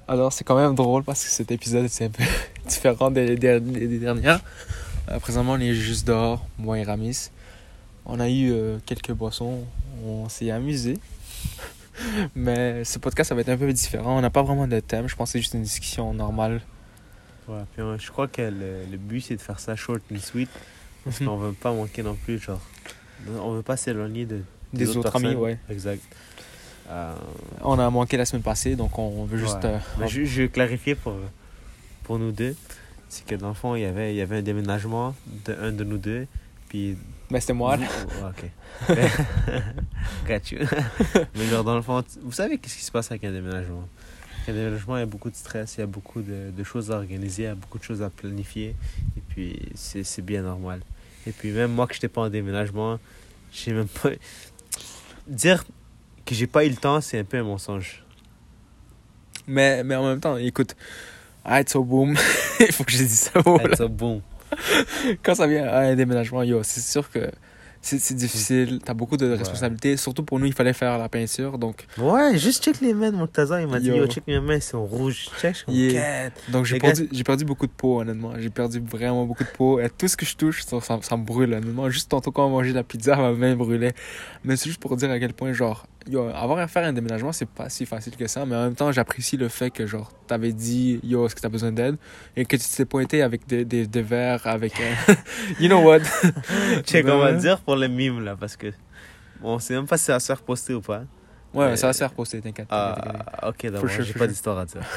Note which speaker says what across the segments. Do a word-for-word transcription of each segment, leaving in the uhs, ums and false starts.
Speaker 1: Alors, c'est quand même drôle parce que cet épisode, c'est un peu différent des, des, des dernières. Euh, présentement, on est juste dehors, moi et Ramis. On a eu euh, quelques boissons, on s'est amusé. Mais ce podcast, ça va être un peu différent. On n'a pas vraiment de thème, je pense que c'est juste une discussion normale.
Speaker 2: Ouais, puis euh, je crois que le, le but, c'est de faire ça short and sweet. Parce qu'on veut pas manquer non plus, genre. On veut pas s'éloigner de,
Speaker 1: des, des autres, autres amis, ouais.
Speaker 2: Exact. Euh...
Speaker 1: On a manqué la semaine passée, donc on veut juste...
Speaker 2: Ouais.
Speaker 1: Euh,
Speaker 2: Mais je, je vais clarifier pour, pour nous deux. C'est que dans le fond, il y avait, il y avait un déménagement de un de nous deux. Puis...
Speaker 1: Ben, c'était moi.
Speaker 2: Vous... Oh, ok. Got you. Mais genre, dans le fond, vous savez qu'est-ce qui se passe avec un déménagement? Avec un déménagement, il y a beaucoup de stress, il y a beaucoup de, de choses à organiser, il y a beaucoup de choses à planifier. Et puis, c'est, c'est bien normal. Et puis, même moi, que je n'étais pas en déménagement, je sais même pas... Dire que j'ai pas eu le temps, c'est un peu un mensonge.
Speaker 1: Mais, mais en même temps, écoute, arrête ça, boom. Il faut que je dise ça.
Speaker 2: Arrête ça, boom.
Speaker 1: Quand ça vient à un déménagement, yo, c'est sûr que c'est, c'est difficile. T'as beaucoup de responsabilités. Ouais. Surtout pour nous, il fallait faire la peinture. Donc...
Speaker 2: Ouais, juste check les mains de Mokhtaza. Il m'a dit, yo, yo check mes mains, elles sont rouges. Check,
Speaker 1: yeah. Donc j'ai perdu, j'ai perdu beaucoup de peau, honnêtement. J'ai perdu vraiment beaucoup de peau. Et tout ce que je touche, ça, ça, ça me brûle, honnêtement. Juste tantôt quand on mangeait de la pizza, ma main brûlait. Mais c'est juste pour dire à quel point, genre, yo, avoir à faire un déménagement, c'est pas si facile que ça. Mais en même temps, j'apprécie le fait que, genre, t'avais dit, yo, est-ce que t'as besoin d'aide? Et que tu t'es pointé avec des, des, des verres, avec un... you know what?
Speaker 2: Check, on va dire pour les mimes, là, parce que bon, on sait même pas si ça va se faire poster ou pas.
Speaker 1: Ouais, mais... ça va se faire poster, t'inquiète.
Speaker 2: Ah, ok, d'abord, sure, j'ai pas sure. d'histoire à dire.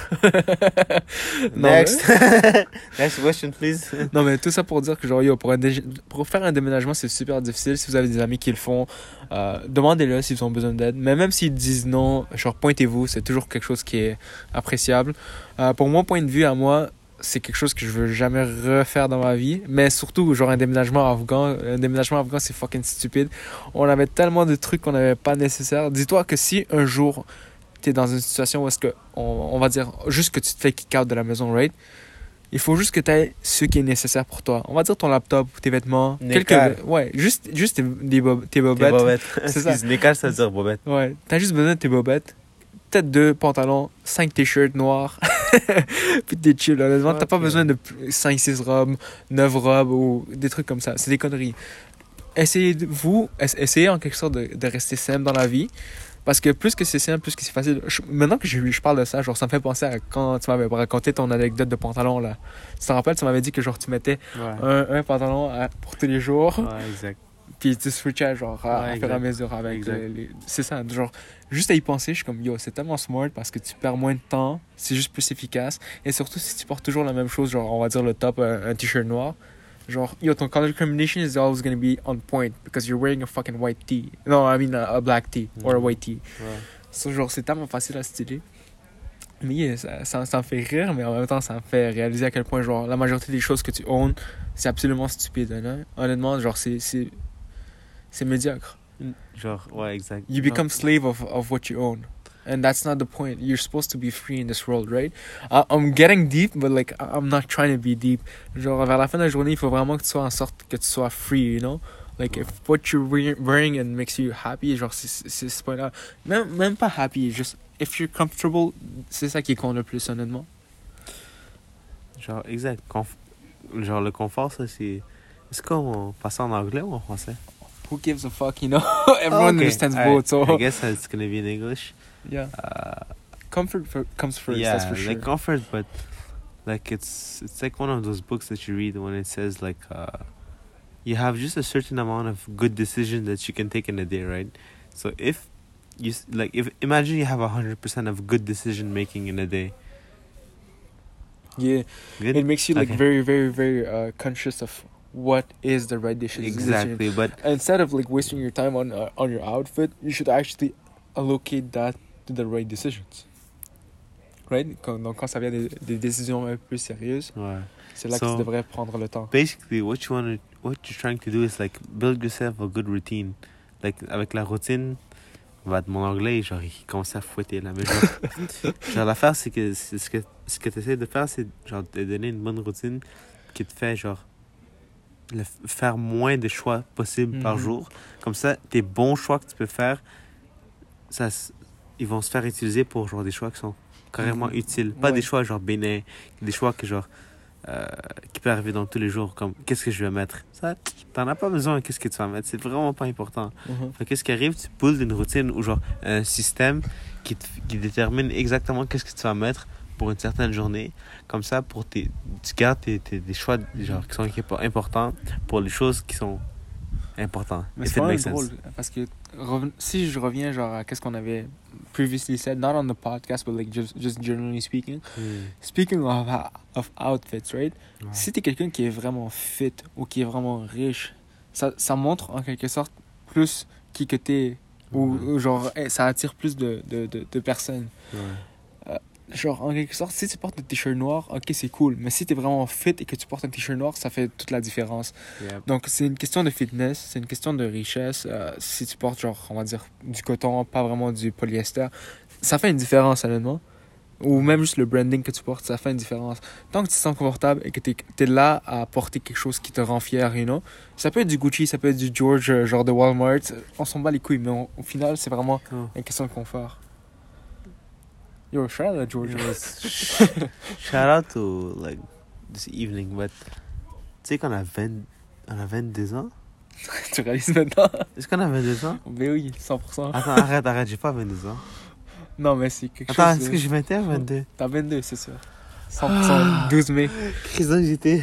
Speaker 2: Next. Next question, please.
Speaker 1: Non, mais tout ça pour dire que, genre, yo, pour, un dé... pour faire un déménagement, c'est super difficile. Si vous avez des amis qui le font, euh, demandez-le s'ils ont besoin d'aide. Mais même s'ils disent non, genre, pointez-vous, c'est toujours quelque chose qui est appréciable. Euh, pour mon point de vue, à moi, c'est quelque chose que je veux jamais refaire dans ma vie, mais surtout genre un déménagement afghan, un déménagement afghan c'est fucking stupide. On avait tellement de trucs qu'on n'avait pas nécessaire. Dis-toi que si un jour t'es dans une situation où est-ce que on, on va dire juste que tu te fais kick out de la maison, right? Il faut juste que tu aies ce qui est nécessaire pour toi. On va dire ton laptop, tes vêtements, quelques ouais, juste juste tes, des bob... tes bobettes.
Speaker 2: Tes bobettes. C'est ça. Nécal, ça veut dire bobette.
Speaker 1: Ouais, t'as juste besoin de tes bobettes. Peut-être deux pantalons, cinq t-shirts noirs, puis des chill. Honnêtement, okay. T'as pas besoin de cinq six robes, neuf robes ou des trucs comme ça. C'est des conneries. Essayez, vous, essayez en quelque sorte de, de rester simple dans la vie. Parce que plus que c'est simple, plus que c'est facile. Je, maintenant que je, je parle de ça, genre, ça me fait penser à quand tu m'avais raconté ton anecdote de pantalon, là. Tu te rappelles, tu m'avais dit que genre, tu mettais ouais. un, un pantalon à, pour tous les jours.
Speaker 2: Ouais, exact.
Speaker 1: Puis tu switchais genre à,
Speaker 2: ouais,
Speaker 1: à faire à mesure avec les, les... C'est ça, genre, juste à y penser, je suis comme, yo, c'est tellement smart parce que tu perds moins de temps, c'est juste plus efficace. Et surtout, si tu portes toujours la même chose, genre, on va dire le top, un, un t-shirt noir, genre, yo, ton color combination is always going to be on point because you're wearing a fucking white tee. No, I mean a, a black tee mm-hmm. or a white tee. Ouais. So, genre, c'est tellement facile à styler. Mais yeah, ça, ça, ça me fait rire, mais en même temps, ça me fait réaliser à quel point, genre, la majorité des choses que tu owns, c'est absolument stupide. Hein? Honnêtement, genre, c'est... c'est c'est médiocre.
Speaker 2: Genre, ouais, exact.
Speaker 1: You become slave of, of what you own. And that's not the point. You're supposed to be free in this world, right? I, I'm getting deep, but like, I'm not trying to be deep. Genre, vers la fin de la journée, il faut vraiment que tu sois en sorte que tu sois free, you know? Like, if what you're wearing and makes you happy, genre, c'est, c'est ce point-là. Même, même pas happy, juste, if you're comfortable, c'est ça qui compte le plus, honnêtement.
Speaker 2: Genre, exact. Conf- genre, le confort, ça, c'est... Est-ce qu'on passe en anglais ou en français?
Speaker 1: Who gives a fuck, you know? Everyone okay. understands
Speaker 2: I,
Speaker 1: both, so...
Speaker 2: I guess it's gonna be in English.
Speaker 1: Yeah.
Speaker 2: Uh,
Speaker 1: comfort for, comes first,
Speaker 2: yeah,
Speaker 1: that's for sure.
Speaker 2: like comfort, but like it's it's like one of those books that you read when it says like uh, you have just a certain amount of good decisions that you can take in a day, right? So if you like, if imagine you have a hundred percent of good decision making in a day.
Speaker 1: Yeah,
Speaker 2: good?
Speaker 1: It makes you like
Speaker 2: okay.
Speaker 1: very, very, very uh, conscious of what is the right decision.
Speaker 2: Exactly, but
Speaker 1: instead of like wasting your time on uh, on your outfit, you should actually allocate that to the right decisions. Right? Quand, donc quand ça vient des, des décisions un peu sérieuses,
Speaker 2: ouais.
Speaker 1: c'est là so, que tu devrais prendre le temps.
Speaker 2: Basically, what you want, what you're trying to do is like build yourself a good routine. Like avec la routine, va de mon anglais, genre il commence à fouetter là, mais genre, genre l'affaire c'est que c'est ce que ce que tu essaies de faire, c'est genre de donner une bonne routine qui te fait genre le faire moins de choix possibles mm-hmm. par jour. Comme ça, tes bons choix que tu peux faire, ça, ils vont se faire utiliser pour genre des choix qui sont carrément
Speaker 1: Mhm.
Speaker 2: utiles. Pas
Speaker 1: Ouais.
Speaker 2: des choix genre bénins, des choix que genre euh, qui peuvent arriver dans tous les jours, comme qu'est-ce que je vais mettre. Ça, t'en as pas besoin, qu'est-ce que tu vas mettre. C'est vraiment pas important.
Speaker 1: Mhm.
Speaker 2: Fait, qu'est-ce qui arrive, tu builds une routine ou genre un système qui, te- qui détermine exactement qu'est-ce que tu vas mettre pour une certaine journée. Comme ça, pour tes, tu gardes tes, tes- des choix genre, qui sont impo- importants pour les choses qui sont importantes.
Speaker 1: Mais
Speaker 2: If
Speaker 1: c'est
Speaker 2: it
Speaker 1: quand même
Speaker 2: makes sense.
Speaker 1: drôle parce que reven- si je reviens genre à qu'est-ce qu'on avait previously said, not on the podcast, but like just, just generally speaking.
Speaker 2: Hmm.
Speaker 1: Speaking of, of outfits, right?
Speaker 2: Ouais.
Speaker 1: Si t'es quelqu'un qui est vraiment fit ou qui est vraiment riche, ça, ça montre en quelque sorte plus qui que t'es. Ou,
Speaker 2: Ouais.
Speaker 1: ou genre, eh, ça attire plus de, de, de, de personnes.
Speaker 2: Ouais.
Speaker 1: Genre, en quelque sorte, si tu portes un t-shirt noir, ok, c'est cool. Mais si t'es vraiment fit et que tu portes un t-shirt noir, ça fait toute la différence.
Speaker 2: Yep.
Speaker 1: Donc, c'est une question de fitness, c'est une question de richesse. Euh, si tu portes, genre, on va dire, du coton, pas vraiment du polyester, ça fait une différence, honnêtement. Ou même juste le branding que tu portes, ça fait une différence. Tant que tu te sens confortable et que tu es là à porter quelque chose qui te rend fier, you know, ça peut être du Gucci, ça peut être du George, euh, genre de Walmart, on s'en bat les couilles, mais on- au final, c'est vraiment
Speaker 2: Oh.
Speaker 1: une question de confort. Yo, shout out à George.
Speaker 2: It was- Shout out to like this evening, but tu sais qu'on a vingt, on a vingt-deux ans.
Speaker 1: Tu réalises maintenant?
Speaker 2: Est-ce qu'on a vingt-deux ans?
Speaker 1: Mais oui, cent pour cent.
Speaker 2: Attends, arrête, arrête, j'ai pas vingt-deux ans.
Speaker 1: Non, mais c'est quelque
Speaker 2: Attends,
Speaker 1: chose.
Speaker 2: est-ce
Speaker 1: de-
Speaker 2: que j'ai vingt et un, vingt-deux?
Speaker 1: T'as vingt-deux, c'est sûr. cent pour cent, douze mai.
Speaker 2: Crise d'anxiété.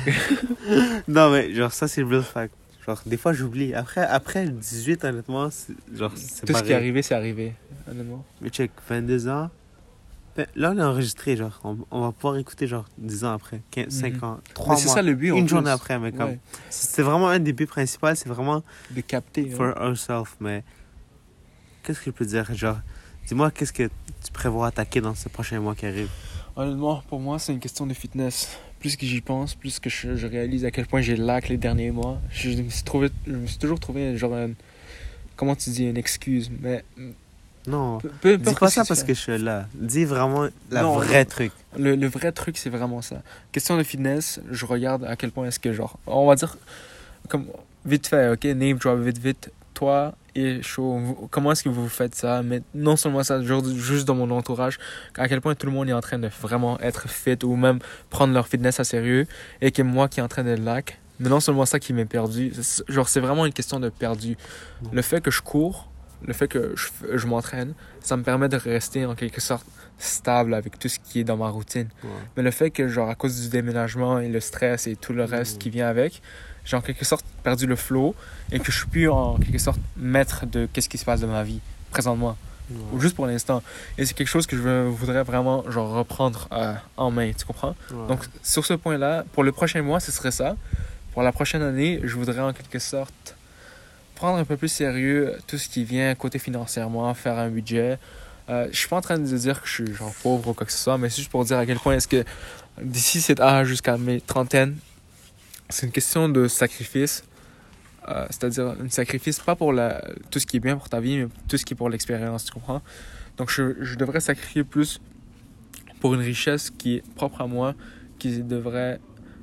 Speaker 2: Non, mais genre, ça, c'est le real fact. Genre, des fois, j'oublie. Après, après le dix-huit, honnêtement, c'est, genre, c'est
Speaker 1: Tout ce
Speaker 2: pareil.
Speaker 1: qui est arrivé, c'est arrivé, honnêtement.
Speaker 2: Mais check, vingt-deux ans. Ben, là, on est enregistré, genre. On, on va pouvoir écouter, genre, dix ans après, quinze, cinq
Speaker 1: Mhm.
Speaker 2: ans, trois
Speaker 1: Mais c'est
Speaker 2: mois.
Speaker 1: ça le but, en
Speaker 2: une
Speaker 1: plus.
Speaker 2: journée après, mais comme.
Speaker 1: Ouais,
Speaker 2: C'est vraiment un des buts principaux, c'est vraiment
Speaker 1: de capter. hein.
Speaker 2: for ourselves. Mais qu'est-ce que je peux dire? Genre, dis-moi, qu'est-ce que tu prévois attaquer dans ce prochain mois qui arrive?
Speaker 1: Honnêtement, pour moi, c'est une question de fitness. Plus que j'y pense, plus que je, je réalise à quel point j'ai lack les derniers mois. Je me suis, trouvé, je me suis toujours trouvé genre un- comment tu dis, une excuse. Mais
Speaker 2: Non.
Speaker 1: peu, peu
Speaker 2: Dis
Speaker 1: importe
Speaker 2: pas
Speaker 1: ce
Speaker 2: ça
Speaker 1: tu
Speaker 2: parce
Speaker 1: fais.
Speaker 2: que je suis là. Dis vraiment la
Speaker 1: Non,
Speaker 2: vraie
Speaker 1: non.
Speaker 2: truc.
Speaker 1: Le, le vrai truc, c'est vraiment ça. Question de fitness, je regarde à quel point est-ce que, genre, on va dire, comme, vite fait, ok, name drop, vite, vite, toi et Chaud, vous- comment est-ce que vous faites ça? Mais non seulement ça, genre, juste dans mon entourage, à quel point tout le monde est en train de vraiment être fit ou même prendre leur fitness à sérieux et que moi qui est en train de lac, mais non seulement ça qui m'est perdu, c'est- genre, c'est vraiment une question de perdu. Le fait que je cours, le fait que je, f- je m'entraîne, ça me permet de rester en quelque sorte stable avec tout ce qui est dans ma routine.
Speaker 2: Ouais.
Speaker 1: Mais le fait que, genre, à cause du déménagement et le stress et tout le reste
Speaker 2: Mhm.
Speaker 1: qui vient avec, j'ai en quelque sorte perdu le flow et que je suis plus en quelque sorte maître de qu'est-ce qui se passe dans ma vie présentement, ou juste pour l'instant. Et c'est quelque chose que je veux- voudrais vraiment, genre, reprendre euh, en main, tu comprends?
Speaker 2: Ouais.
Speaker 1: Donc, sur ce point-là, pour le prochain mois, ce serait ça. Pour la prochaine année, je voudrais en quelque sorte prendre un peu plus sérieux tout ce qui vient côté financièrement, faire un budget. Euh, je suis pas en train de dire que je suis genre pauvre ou quoi que ce soit, mais c'est juste pour dire à quel point est-ce que d'ici cet âge jusqu'à mes trentaines, c'est une question de sacrifice. Euh, c'est-à-dire un sacrifice pas pour la, tout ce qui est bien pour ta vie, mais tout ce qui est pour l'expérience, tu comprends? Donc je, je devrais sacrifier plus pour une richesse qui est propre à moi, qui devrait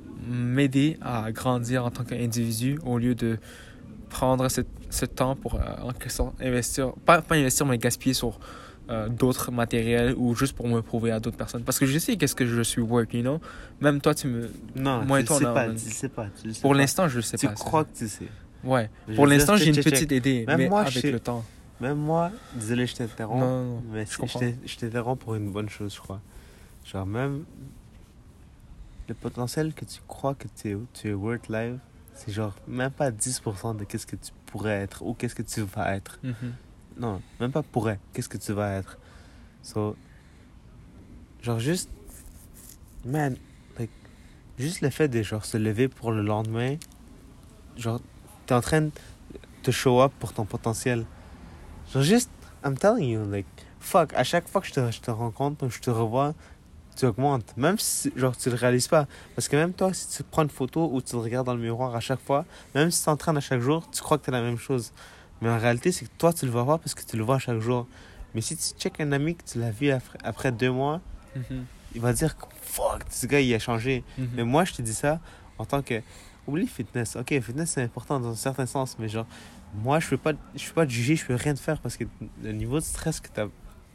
Speaker 1: m'aider à grandir en tant qu'individu au lieu de prendre cette- ce temps pour euh, en quelque sorte investir, pas, pas investir, mais gaspiller sur euh, d'autres matériels ou juste pour me prouver à d'autres personnes. Parce que je sais qu'est-ce que je suis worth, you know? Même toi, tu me...
Speaker 2: Non,
Speaker 1: moi et
Speaker 2: tu
Speaker 1: toi,
Speaker 2: le sais
Speaker 1: on a-
Speaker 2: pas,
Speaker 1: on a-
Speaker 2: tu le sais pas. Tu le sais
Speaker 1: Pour
Speaker 2: pas.
Speaker 1: l'instant, je sais
Speaker 2: Tu
Speaker 1: pas.
Speaker 2: crois
Speaker 1: c'est
Speaker 2: que tu sais.
Speaker 1: ça. Ouais.
Speaker 2: Je
Speaker 1: Pour
Speaker 2: veux
Speaker 1: l'instant,
Speaker 2: dire,
Speaker 1: j'ai une
Speaker 2: check, check,
Speaker 1: petite idée,
Speaker 2: Même
Speaker 1: mais
Speaker 2: moi,
Speaker 1: avec
Speaker 2: je sais-
Speaker 1: le temps.
Speaker 2: Même moi, désolé, je
Speaker 1: Non,
Speaker 2: t'interromps.
Speaker 1: non, non.
Speaker 2: Mais
Speaker 1: je
Speaker 2: c'est- je
Speaker 1: comprends.
Speaker 2: t'ai- je t'interromps pour une bonne chose, je crois. Genre, même le potentiel que tu crois que tu es, tu es worth life, c'est genre même pas dix pour cent de qu'est-ce que tu pourrais être ou qu'est-ce que tu vas être.
Speaker 1: Mhm.
Speaker 2: Non, même pas pourrait. Qu'est-ce que tu vas être. So, genre juste, man, like, juste le fait de genre se lever pour le lendemain, genre, t'es en train de te show up pour ton potentiel. Genre juste, I'm telling you, like, fuck, à chaque fois que je te, je te rencontre, je te revois, tu augmentes. Même si, genre, tu le réalises pas. Parce que même toi, si tu prends une photo ou tu te regardes dans le miroir à chaque fois, même si tu t'entraînes à chaque jour, tu crois que t'es la même chose. Mais en réalité, c'est que toi, tu le vois pas parce que tu le vois à chaque jour. Mais si tu check un ami que tu l'as vu après, après deux mois,
Speaker 1: Mhm.
Speaker 2: il va dire, fuck, ce gars, il a changé.
Speaker 1: Mhm.
Speaker 2: Mais moi, je te dis ça en tant que... Oublie fitness. Ok, fitness, c'est important dans un certain sens, mais genre, moi, je peux pas, je peux pas te juger, je peux rien te faire parce que le niveau de stress que t'as...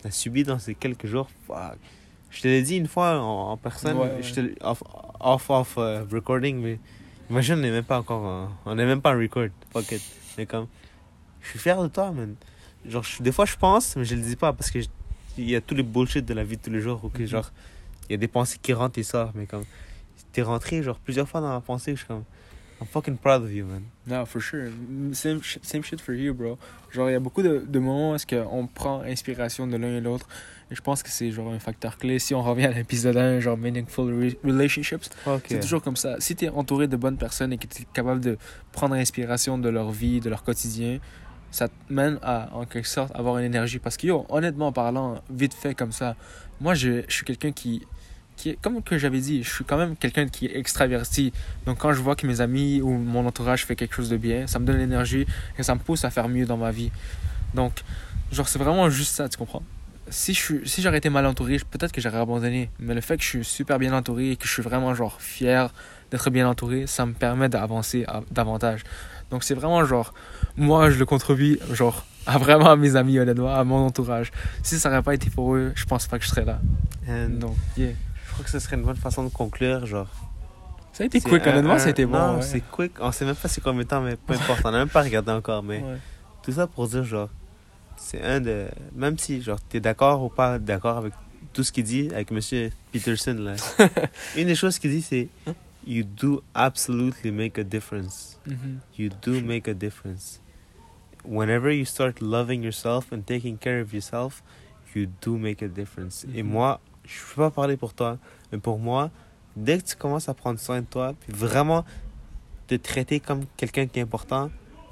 Speaker 2: t'as subi dans ces quelques jours, fuck. Je te l'ai dit une fois en, en personne,
Speaker 1: Ouais, ouais.
Speaker 2: je te l'ai- off, off, off euh, recording, mais imagine, on n'est même pas encore, en- on n'est même pas en record, fuck it. Mais comme, je suis fier de toi, man. Genre, je- des fois, je pense, mais je le dis pas parce que je- il y a tous les bullshit de la vie de tous les jours, ou que
Speaker 1: Mhm.
Speaker 2: genre, il y a des pensées qui rentrent et sortent, mais comme, t'es rentré, genre, plusieurs fois dans la pensée, je suis comme, I'm fucking proud of you, man.
Speaker 1: No, for sure. Same, sh- same shit for you, bro. Genre, il y a beaucoup de, de moments où est-ce qu'on prend inspiration de l'un et l'autre. Et je pense que c'est genre un facteur clé. Si on revient à l'épisode un, genre Meaningful Re- Relationships,
Speaker 2: Ok.
Speaker 1: c'est toujours comme ça. Si tu es entouré de bonnes personnes et que tu es capable de prendre inspiration de leur vie, de leur quotidien, ça te mène à, en quelque sorte, avoir une énergie. Parce que, yo, honnêtement parlant, vite fait comme ça, moi, je, je suis quelqu'un qui, qui est, comme que j'avais dit, je suis quand même quelqu'un qui est extraverti. Donc, quand je vois que mes amis ou mon entourage fait quelque chose de bien, ça me donne l'énergie et ça me pousse à faire mieux dans ma vie. Donc, genre, c'est vraiment juste ça, tu comprends? Si, je suis, si j'aurais été mal entouré, peut-être que j'aurais abandonné. Mais le fait que je suis super bien entouré et que je suis vraiment, genre, fier d'être bien entouré, ça me permet d'avancer à- davantage. Donc, c'est vraiment, genre, moi, je le contribue, genre, à vraiment à mes amis, honnêtement, à mon entourage. Si ça n'aurait pas été pour eux, je pense pas que je serais là.
Speaker 2: And
Speaker 1: Donc, yeah.
Speaker 2: je crois que ce serait une bonne façon de conclure, genre.
Speaker 1: Ça a été
Speaker 2: C'est
Speaker 1: quick,
Speaker 2: un-
Speaker 1: honnêtement,
Speaker 2: un-
Speaker 1: ça a été bon.
Speaker 2: Non,
Speaker 1: ouais.
Speaker 2: c'est quick. On sait même pas c'est combien de temps, mais peu importe. On n'a même pas regardé encore, mais
Speaker 1: Ouais.
Speaker 2: tout ça pour dire, genre, c'est un de. Même si, genre, t'es d'accord ou pas d'accord avec tout ce qu'il dit avec Monsieur Peterson, là. Une des choses qu'il dit, c'est You do absolutely make a difference.
Speaker 1: Mhm.
Speaker 2: You do make a difference. Whenever you start loving yourself and taking care of yourself, you do make a difference. Et
Speaker 1: Mhm.
Speaker 2: moi, je peux pas parler pour toi, mais pour moi, dès que tu commences à prendre soin de toi, puis vraiment te traiter comme quelqu'un qui est important,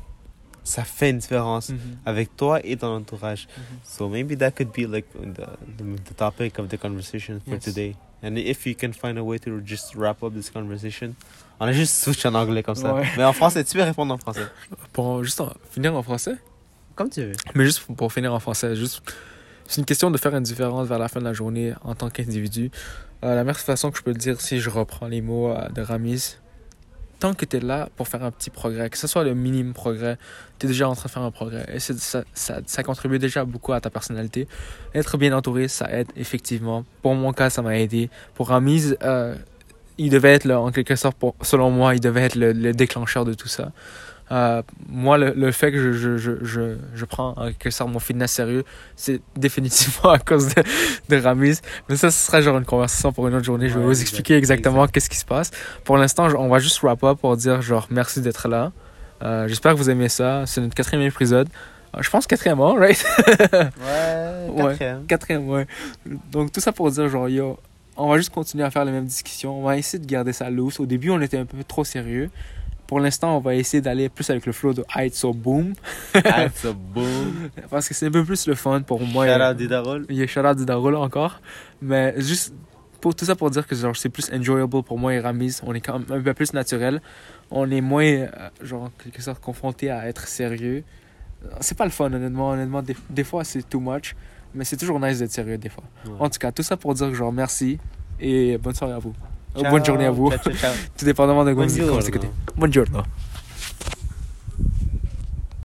Speaker 2: ça fait une différence
Speaker 1: Mhm.
Speaker 2: avec toi et ton entourage.
Speaker 1: Mhm.
Speaker 2: So maybe that could be like the, the, the topic of the conversation for
Speaker 1: Yes.
Speaker 2: today. And if you can find a way to just wrap up this conversation, on a juste switch en anglais comme ça.
Speaker 1: Ouais.
Speaker 2: Mais en français, tu peux répondre en français.
Speaker 1: Pour juste en- finir en français,
Speaker 2: Comme tu veux.
Speaker 1: mais juste pour- pour finir en français, juste, c'est une question de faire une différence vers la fin de la journée en tant qu'individu. Euh, la meilleure façon que je peux le dire, si je reprends les mots euh, de Ramis, tant que tu es là pour faire un petit progrès, que ce soit le minime progrès, tu es déjà en train de faire un progrès. Et c'est- ça, ça, ça contribue déjà beaucoup à ta personnalité. Être bien entouré, ça aide effectivement. Pour mon cas, ça m'a aidé. Pour Ramis, euh, il devait être, là, en quelque sorte, pour, selon moi, il devait être le, le déclencheur de tout ça. Euh, moi, le, le fait que je, je, je, je, je prends en quelque sorte mon fitness sérieux, c'est définitivement à cause de, de Ramis. Mais ça, ce sera genre une conversation pour une autre journée. Je vais
Speaker 2: Ouais,
Speaker 1: vous
Speaker 2: exact,
Speaker 1: expliquer exactement
Speaker 2: exact.
Speaker 1: qu'est-ce qui se passe. Pour l'instant, je- on va juste wrap up pour dire genre merci d'être là. Euh, J'espère que vous aimez ça. C'est notre quatrième épisode. Euh, Je pense quatrième, hein, right?
Speaker 2: Ouais,
Speaker 1: Ouais.
Speaker 2: quatrième.
Speaker 1: Quatrième, ouais. Donc, tout ça pour dire, genre, yo, on va juste continuer à faire les mêmes discussions. On va essayer de garder ça loose. Au début, on était un peu trop sérieux. Pour l'instant, on va essayer d'aller plus avec le flow de Heights or Boom.
Speaker 2: That's a boom.
Speaker 1: Parce que c'est un peu plus le fun pour moi.
Speaker 2: Shout out Didarol.
Speaker 1: Il y a Shout-out Didarol encore. Mais juste pour tout ça pour dire que genre, c'est plus enjoyable pour moi et Ramis. On est quand même un peu plus naturel. On est moins, euh, genre, en quelque sorte, confronté à être sérieux. C'est pas le fun, honnêtement. Honnêtement, des, des fois, c'est too much. Mais c'est toujours nice d'être sérieux, des fois.
Speaker 2: Ouais.
Speaker 1: En tout cas, tout ça pour dire que genre merci et bonne soirée à vous. Euh,
Speaker 2: Ciao.
Speaker 1: Bonne journée à vous.
Speaker 2: Ciao, ciao, ciao.
Speaker 1: Tout dépendamment de quoi vous
Speaker 2: Buongiorno.
Speaker 1: écoutez. Buongiorno.